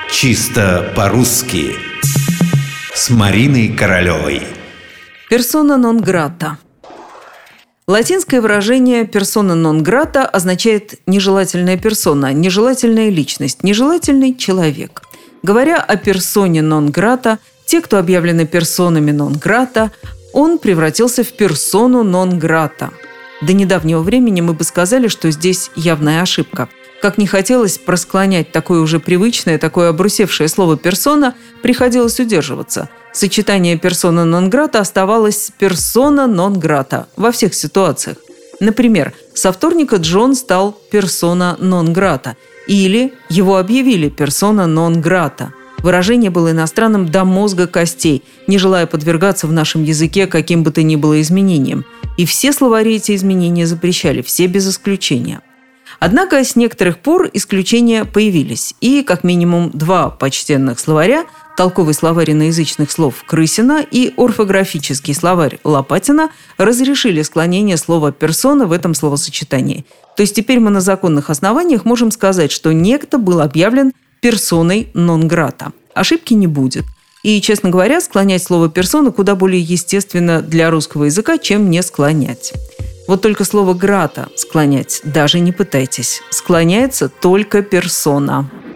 Чисто по-русски с Мариной Королевой. Персона нон грата. Латинское выражение «persona non grata» означает «нежелательная персона», «нежелательная личность», «нежелательный человек». Говоря о персоне нон грата, те, кто объявлены персонами нон грата, он превратился в персону нон грата. До недавнего времени мы бы сказали, что здесь явная ошибка. Как не хотелось просклонять такое уже привычное, такое обрусевшее слово «персона», приходилось удерживаться. Сочетание «персона нон грата» оставалось «персона нон грата» во всех ситуациях. Например, со вторника Джон стал «персона нон грата» или его объявили «персона нон грата». Выражение было иностранным до мозга костей, не желая подвергаться в нашем языке каким бы то ни было изменениям. И все словари эти изменения запрещали, все без исключения. Однако с некоторых пор исключения появились, и как минимум два почтенных словаря, толковый словарь иноязычных слов Крысина и орфографический словарь Лопатина, разрешили склонение слова «персона» в этом словосочетании. То есть теперь мы на законных основаниях можем сказать, что некто был объявлен персоной нон грата. Ошибки не будет. И, честно говоря, склонять слово «персона» куда более естественно для русского языка, чем не склонять. Вот только слово «грата» склонять даже не пытайтесь. Склоняется только персона.